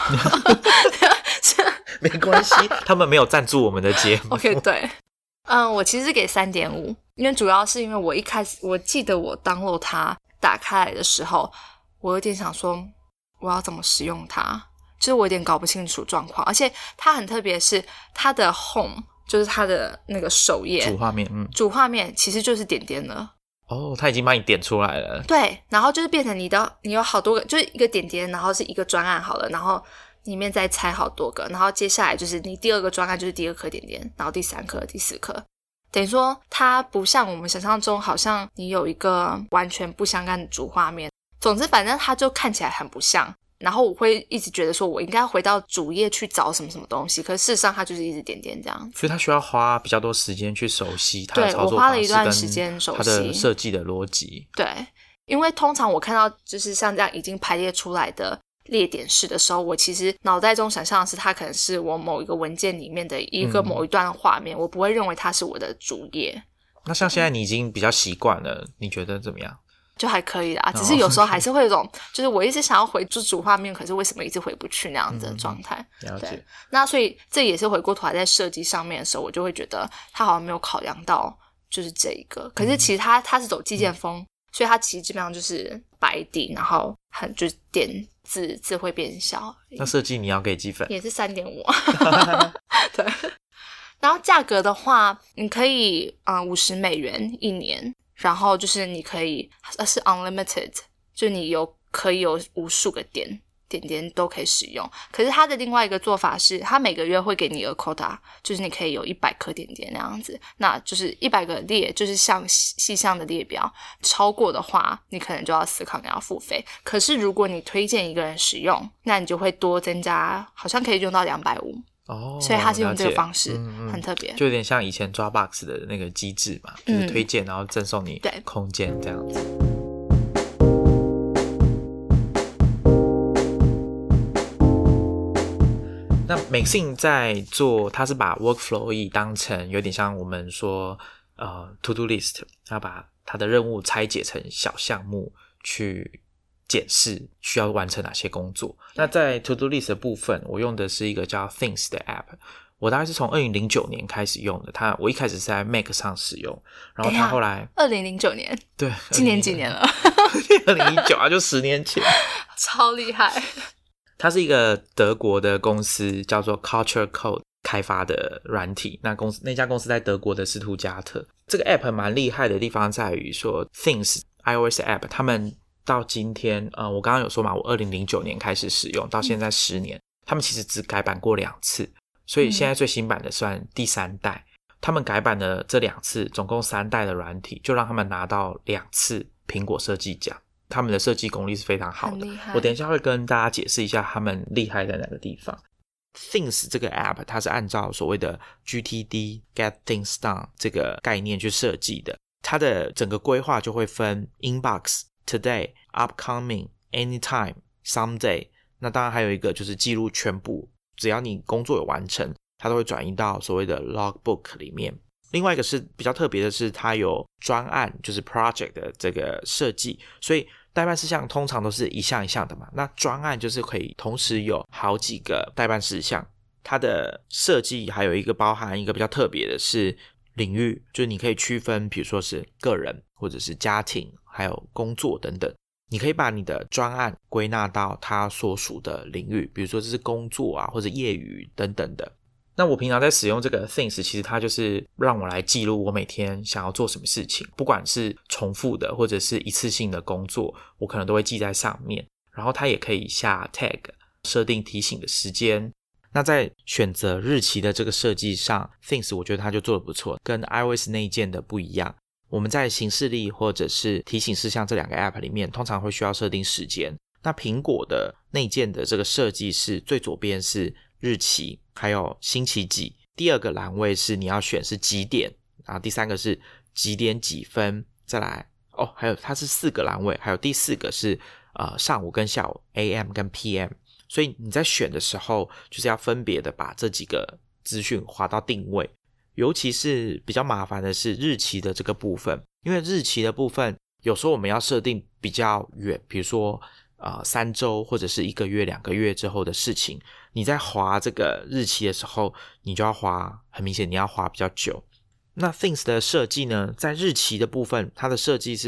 没关系，他们没有赞助我们的节目。 OK， 对，我其实是给 3.5， 因为主要是因为我一开始我记得我download它打开来的时候，我有点想说我要怎么使用它，就是我有点搞不清楚状况。而且它很特别是它的 home， 就是它的那个首页主画面其实就是点点了。 它已经帮你点出来了。 对，然后就是变成你有好多个，就是一个点点，然后是一个专案好了，然后里面再拆好多个，然后接下来就是你第二个专案就是第二颗点点，然后第三颗、第四颗。等于说它不像我们想象中好像你有一个完全不相干的主画面。总之反正它就看起来很不像，然后我会一直觉得说我应该回到主页去找什么什么东西，可是事实上它就是一直点点这样子。 所以它需要花比较多时间去熟悉它的操作对，我花了一段时间熟悉它的设计的逻辑。 对，因为通常我看到就是像这样已经排列出来的列点式的时候，我其实脑袋中想象的是它可能是我某一个文件里面的一个某一段画面，我不会认为它是我的主页。 那像现在你已经比较习惯了，你觉得怎么样？ 就还可以啦，只是有时候还是会有种就是我一直想要回主画面，可是为什么一直回不去那样子的状态。 了解。 对，那所以这也是回过头来在设计上面的时候，我就会觉得他好像没有考量到就是这一个。可是其实他是走基建风，所以他其实基本上就是白底，然后就是点字会变小。 那设计你要给几分？ 也是 3.5 对。然后价格的话你可以$50一年，然后就是你可以是 unlimited， 就你可以有无数个点点都可以使用。可是它的另外一个做法是它每个月会给你一个 quota， 就是你可以有100颗点点那样子，那就是100个列，就是像细项的列表，超过的话你可能就要思考你要付费。可是如果你推荐一个人使用，那你就会多增加，好像可以用到250。所以他是用这个方式，很特别， 就有点像以前抓 Box 的那个机制嘛，就是推荐然后赠送你空间这样子。那 Maxine 在做，他是把 Workflowy 当成有点像我们说To Do List， 他把他的任务拆解成小项目去检视需要完成哪些工作。那在 To Do List 的部分，我用的是一个叫 Things 的 App， 我大概是从2009年开始用的，我一开始是在 Mac 上使用，然后它后来 2009年， 对， 今年几年了 2019啊，就10年前超厉害。 它是一个德国的公司叫做 Culture Code 开发的软体，那家公司在德国的斯图加特。这个 App 蛮厉害的地方在于说 Things iOS App 他们到今天我刚刚有说嘛，我2009年开始使用到现在10年，他们其实只改版过2次，所以现在最新版的算第3代。他们改版的这2次总共3代的软体，就让他们拿到2次苹果设计奖。他们的设计功力是非常好的，我等一下会跟大家解释一下他们厉害在哪个地方。Things 这个 App 它是按照所谓的 GTD Get Things Done 这个概念去设计的，它的整个规划就会分 Inbox Today, Upcoming, Anytime, Someday， 那当然还有一个就是记录全部，只要你工作有完成，它都会转移到所谓的 Logbook 里面。另外一个是比较特别的是，它有专案，就是 Project 的这个设计，所以代办事项通常都是一项一项的嘛，那专案就是可以同时有好几个代办事项。它的设计还有一个包含一个比较特别的是领域，就是你可以区分比如说是个人或者是家庭还有工作等等，你可以把你的专案归纳到它所属的领域，比如说这是工作啊或者业余等等的。那我平常在使用这个 Things， 其实它就是让我来记录我每天想要做什么事情，不管是重复的或者是一次性的工作，我可能都会记在上面。然后它也可以下 tag， 设定提醒的时间。那在选择日期的这个设计上， Things 我觉得它就做得不错，跟 iOS 内建的不一样。我们在行事历或者是提醒事项这2个 App 里面，通常会需要设定时间。那苹果的内建的这个设计是最左边是日期还有星期几，第2个栏位是你要选是几点，然后第3个是几点几分，再来还有它是4个栏位，还有第4个是上午跟下午 AM 跟 PM， 所以你在选的时候就是要分别的把这几个资讯滑到定位。尤其是比较麻烦的是日期的这个部分，因为日期的部分有时候我们要设定比较远，比如说3周或者是1个月2个月之后的事情，你在滑这个日期的时候你就要滑，很明显你要滑比较久。那 Things 的设计呢，在日期的部分它的设计是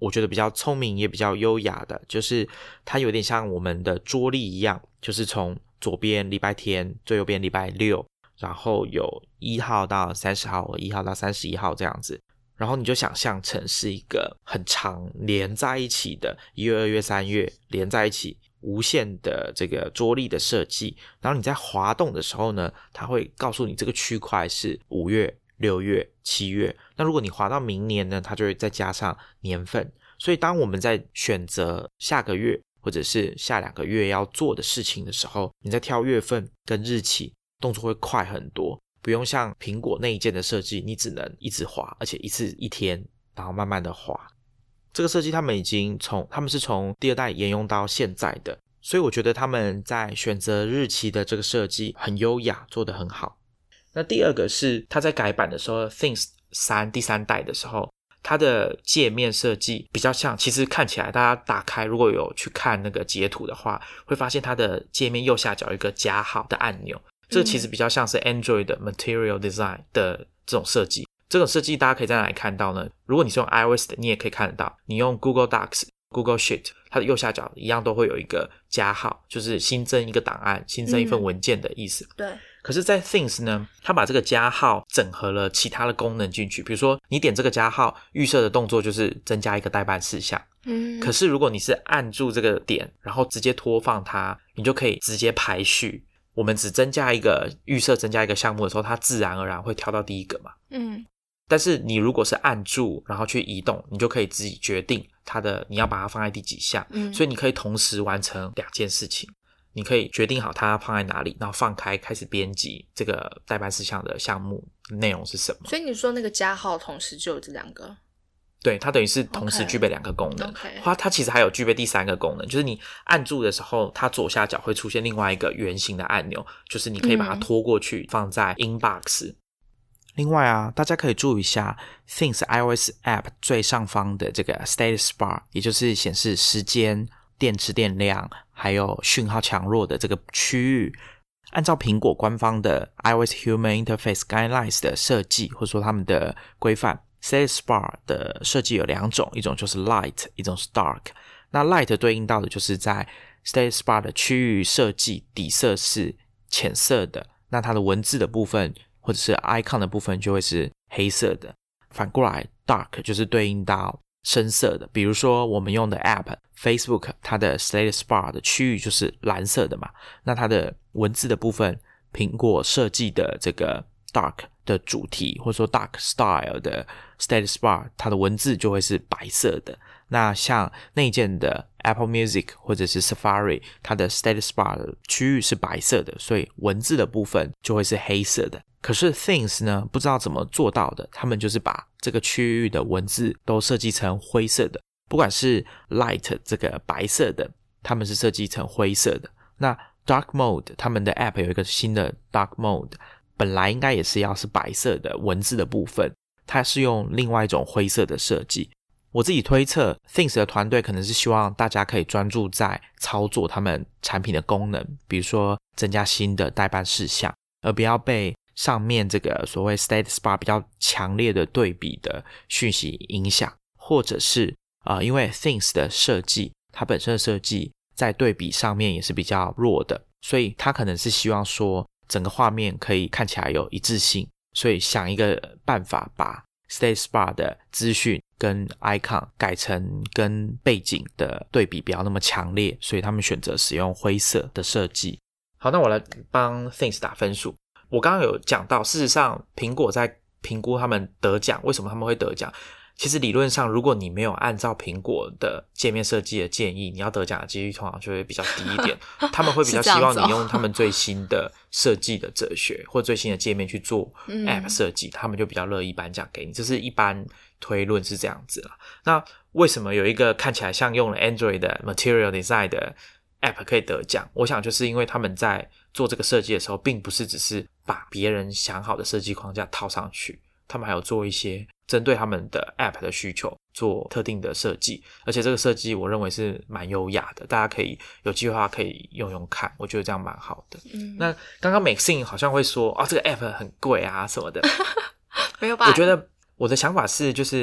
我觉得比较聪明也比较优雅的，就是它有点像我们的桌历一样，就是从左边礼拜天，最右边礼拜六，然后有1号到30号或1号到31号这样子，然后你就想象成是一个很长连在一起的1月2月3月连在一起无限的这个桌历的设计，然后你在滑动的时候呢，它会告诉你这个区块是5月6月7月，那如果你滑到明年呢，它就会再加上年份，所以当我们在选择下个月或者是下2个月要做的事情的时候，你在挑月份跟日期动作会快很多，不用像苹果那一件的设计，你只能一直滑，而且一次1天，然后慢慢的滑。这个设计他们是从第2代沿用到现在的，所以我觉得他们在选择日期的这个设计很优雅，做得很好。那第二个是他在改版的时候 Things 3第3代的时候，它的界面设计比较像，其实看起来大家打开如果有去看那个截图的话，会发现它的界面右下角有一个加号的按钮，这个其实比较像是 Android 的 Material Design 的这种设计。这种设计大家可以在哪里看到呢？如果你是用 iOS 的，你也可以看得到，你用 Google Docs、Google Sheet， 它的右下角一样都会有一个加号，就是新增一个档案、新增一份文件的意思。 对。 可是在 Things 呢，它把这个加号整合了其他的功能进去，比如说你点这个加号，预设的动作就是增加一个待办事项。可是如果你是按住这个点，然后直接拖放它，你就可以直接排序。我们只预设增加一个项目的时候，它自然而然会跳到第一个嘛。但是你如果是按住然后去移动，你就可以自己决定你要把它放在第几项。所以你可以同时完成2件事情。你可以决定好它放在哪里，然后放开开始编辑这个待办事项的项目内容是什么。 所以你说那个加号同时就有这2个？ 对，它等于是同时具备2个功能。它其实还有具备第3个功能，就是你按住的时候，它左下角会出现另外一个圆形的按钮，就是你可以把它拖过去放在 Inbox。另外啊，大家可以注意一下 Things iOS App 最上方的这个 Status Bar， 也就是显示时间、电池电量还有讯号强弱的这个区域，按照苹果官方的 iOS Human Interface Guidelines 的设计，或者说他们的规范， Status Bar 的设计有2种，一种就是 Light， 一种是 Dark。 那 Light 对应到的就是在 Status Bar 的区域设计底色是浅色的，那它的文字的部分或者是 icon 的部分就会是黑色的。反过来 Dark 就是对应到深色的，比如说我们用的 App Facebook， 它的 Status Bar 的区域就是蓝色的嘛，那它的文字的部分，苹果设计的这个 Dark 的主题或者说 Dark Style 的 Status Bar， 它的文字就会是白色的。那像内建的 Apple Music 或者是 Safari， 它的 Status Bar 的区域是白色的，所以文字的部分就会是黑色的。可是 Things 呢，不知道怎么做到的，他们就是把这个区域的文字都设计成灰色的，不管是 Light 这个白色的，他们是设计成灰色的。那 Dark Mode 他们的 App 有一个新的 Dark Mode， 本来应该也是要是白色的文字的部分，它是用另外一种灰色的设计。我自己推测 Things 的团队可能是希望大家可以专注在操作他们产品的功能，比如说增加新的待办事项，而不要被上面这个所谓 Status Bar 比较强烈的对比的讯息影响，或者是因为 Things 的设计，它本身的设计在对比上面也是比较弱的，所以它可能是希望说整个画面可以看起来有一致性，所以想一个办法把 Status Bar 的资讯跟 icon 改成跟背景的对比不要那么强烈，所以他们选择使用灰色的设计。好，那我来帮 Things 打分数。我刚刚有讲到，事实上苹果在评估他们得奖，为什么他们会得奖，其实理论上如果你没有按照苹果的界面设计的建议，你要得奖的几率通常就会比较低一点。他们会比较希望你用他们最新的设计的哲学或最新的界面去做 App 设计，他们就比较乐意颁奖给你，这是一般推论是这样子啦。那为什么有一个看起来像用了 Android 的 Material Design 的 App 可以得奖？我想就是因为他们在做这个设计的时候，并不是只是把别人想好的设计框架套上去，他们还有做一些针对他们的 App 的需求做特定的设计，而且这个设计我认为是蛮优雅的，大家可以有机会的话可以用用看，我觉得这样蛮好的。那刚刚 Maxine 好像会说这个 App 很贵啊什么的。 没有吧？ 我觉得我的想法是就是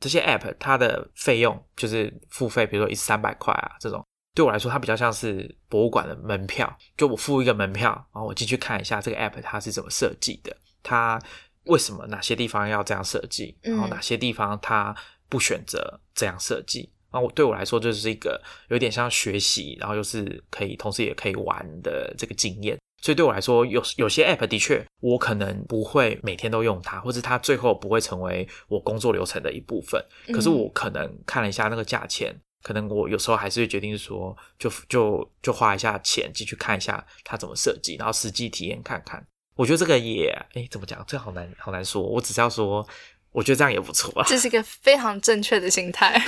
这些 App 它的费用就是付费，比如说一次300块啊这种，对我来说它比较像是博物馆的门票，就我付一个门票，然后我进去看一下这个 App 它是怎么设计的，它为什么哪些地方要这样设计，然后哪些地方它不选择这样设计，然后对我来说就是一个有点像学习，然后又是可以同时也可以玩的这个经验。所以对我来说有些 App 的确我可能不会每天都用它，或者它最后不会成为我工作流程的一部分，可是我可能看了一下那个价钱，可能我有时候还是会决定说就花一下钱进去看一下它怎么设计，然后实际体验看看。我觉得这个也怎么讲，这好难说，我只是要说我觉得这样也不错啊， 这是一个非常正确的心态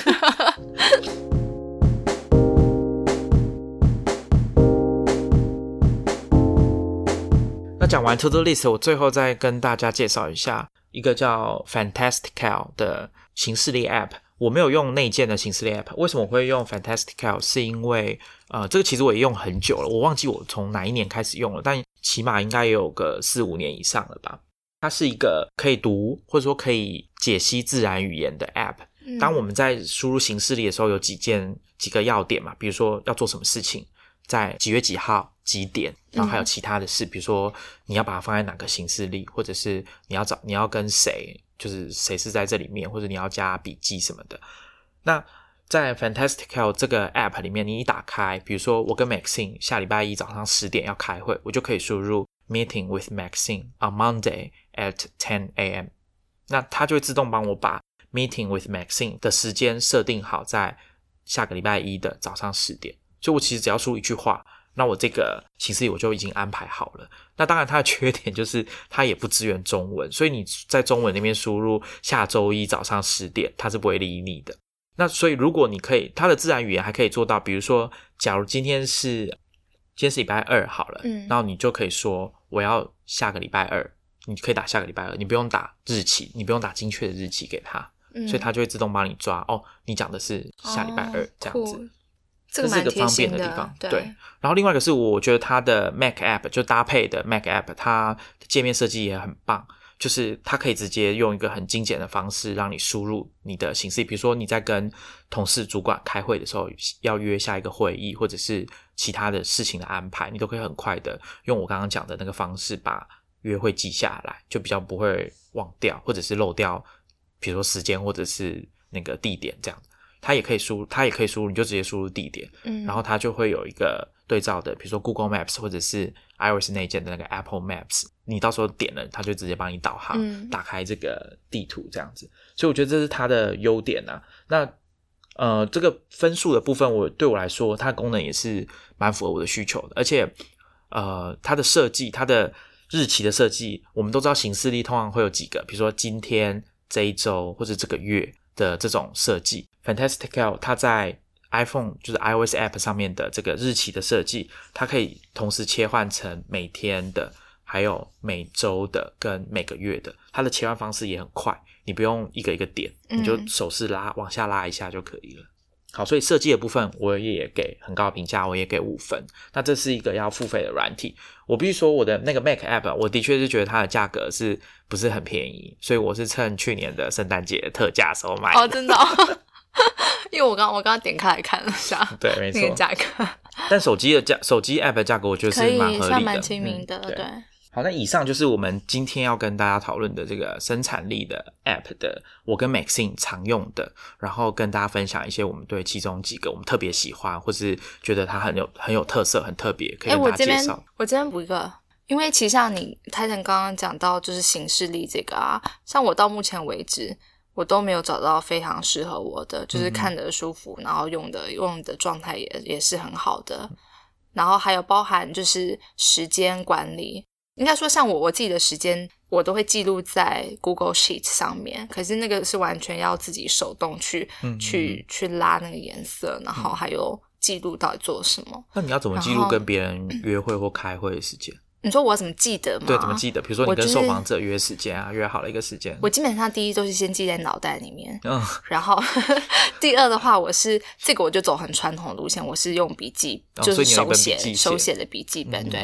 那讲完 To Do List， 我最后再跟大家介绍一下一个叫 Fantastical 的行事历 App。我没有用内建的行事历 App， 为什么我会用 Fantastical？ 是因为这个其实我也用很久了，我忘记我从哪一年开始用了，但起码应该也有个4-5年以上了吧。它是一个可以读或者说可以解析自然语言的 App。当我们在输入行事历的时候，有几个要点嘛，比如说要做什么事情，在几月几号几点，然后还有其他的事，比如说你要把它放在哪个行事历，或者是你要跟谁，就是谁是在这里面，或者你要加笔记什么的。那在 Fantastical 这个 App 里面，你一打开，比如说我跟 Maxine 下礼拜一早上10点要开会，我就可以输入 Meeting with Maxine on Monday at 10 a.m. 那它就会自动帮我把 Meeting with Maxine 的时间设定好在下个礼拜一的早上10点。所以我其实只要输入一句话，那我这个行事历我就已经安排好了。那当然它的缺点就是它也不支援中文，所以你在中文那边输入下周一早上10点，它是不会理你的。那所以如果你可以，它的自然语言还可以做到，比如说假如今天是礼拜二好了，然后你就可以说我要下个礼拜二，你可以打下个礼拜二，你不用打日期，你不用打精确的日期给它，所以它就会自动帮你抓你讲的是下礼拜二这样子。 这是一个方便的地方， 对。 然后另外一个是我觉得它的 Mac App 就搭配的 Mac App， 它的界面设计也很棒，就是它可以直接用一个很精简的方式让你输入你的形式，比如说你在跟同事主管开会的时候要约下一个会议，或者是其他的事情的安排，你都可以很快的用我刚刚讲的那个方式把约会记下来，就比较不会忘掉或者是漏掉比如说时间或者是那个地点这样。它也可以输入，你就直接输入地点，然后它就会有一个对照的，比如说 Google Maps 或者是 iOS 内建的那个 Apple Maps， 你到时候点了，它就直接帮你导航，打开这个地图这样子。所以我觉得这是它的优点啊。那这个分数的部分，对我来说，它的功能也是蛮符合我的需求的，而且它的设计，它的日期的设计，我们都知道行事历通常会有几个，比如说今天、这一周或者这个月的这种设计。Fantastical 它在 iPhone 就是 iOS App 上面的这个日期的设计，它可以同时切换成每天的，还有每周的跟每个月的，它的切换方式也很快，你不用一个一个点，你就手势往下拉一下就可以了。好，所以设计的部分我也给很高的评价，我也给5分。那这是一个要付费的软体，我必须说我的那个 Mac App 我的确是觉得它的价格是不是很便宜，所以我是趁去年的圣诞节特价的时候买的。 真的因为我刚刚点开来看了一下， 对，没错， 那个价格。 但手机 App 的价格我觉得是蛮合理的， 算蛮亲民的，对。 好，那以上就是我们今天要跟大家讨论的这个生产力的 App 的，我跟 Maxine 常用的，然后跟大家分享一些我们对其中几个我们特别喜欢，或是觉得它很有特色、很特别，可以跟大家介绍。 我这边补一个，因为其实像你Titan刚刚讲到就是行事历这个啊，像我到目前为止我都没有找到非常适合我的，就是看得舒服，然后用的状态也是很好的，然后还有包含就是时间管理。应该说像我自己的时间我都会记录在 Google Sheet 上面，可是那个是完全要自己手动去拉那个颜色，然后还有记录到底做什么。 那你要怎么记录跟别人约会或开会的时间？ 你说我要怎么记得吗？ 对，怎么记得？比如说你跟受访者约时间啊，约好了一个时间。 我基本上第一都是先记在脑袋里面，然后第二的话，这个我就走很传统的路线，我是用笔记，就是手写的笔记本，对。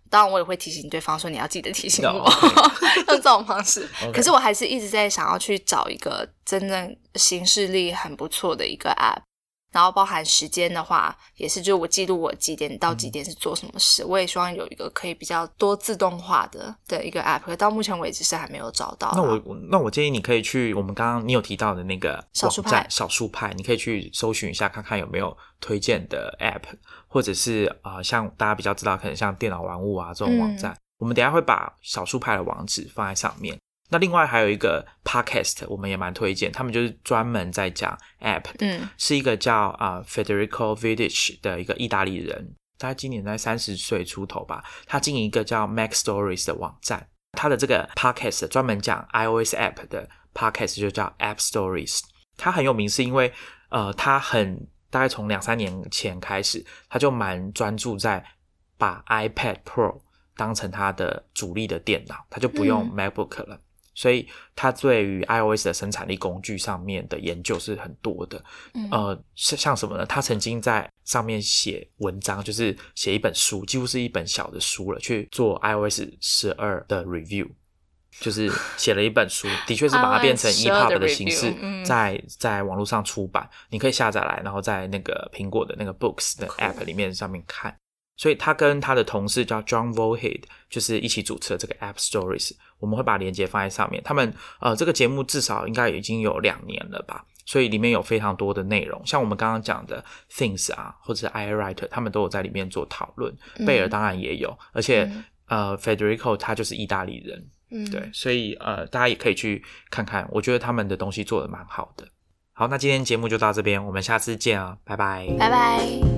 当然我也会提醒对方说你要记得提醒我 okay. 用这种方式 okay. 可是我还是一直在想要去找一个真正行事力很不错的一个 app，然后包含时间的话也是就我记录我几点到几点是做什么事，我也希望有一个可以比较多自动化的一个 app， 可到目前为止是还没有找到。 那我建议你可以去我们刚刚你有提到的那个少数派你可以去搜寻一下看看有没有推荐的 app， 或者是像大家比较知道可能像电脑玩物啊这种网站，我们等一下会把少数派的网址放在上面。那另外还有一个 podcast 我们也蛮推荐，他们就是专门在讲 app， 是一个叫Federico Vidic 的一个意大利人，大概今年在30岁出头吧，他经营一个叫 Mac Stories 的网站，他的这个 podcast 专门讲 iOS app 的 podcast 就叫 App Stories。 他很有名是因为他大概从2-3年前开始，他就蛮专注在把 iPad Pro 当成他的主力的电脑，他就不用 MacBook 了，所以他对于 iOS 的生产力工具上面的研究是很多的。像什么呢？他曾经在上面写文章，就是写一本书，几乎是一本小的书了，去做 iOS 12的 review， 就是写了一本书的确是把它变成 EPUB 的形式在网络上出版，你可以下载来然后在那个苹果的那个 Books 的 app 里面上面看。所以他跟他的同事叫 John Volhead 就是一起主持了这个 App Stories， 我们会把连结放在上面。他们这个节目至少应该已经有2年了吧，所以里面有非常多的内容，像我们刚刚讲的 Things 啊或者 iWriter 他们都有在里面做讨论，贝尔当然也有，而且Federico 他就是意大利人，对，所以大家也可以去看看，我觉得他们的东西做得蛮好的。好，那今天节目就到这边，我们下次见啊，拜拜， 拜拜。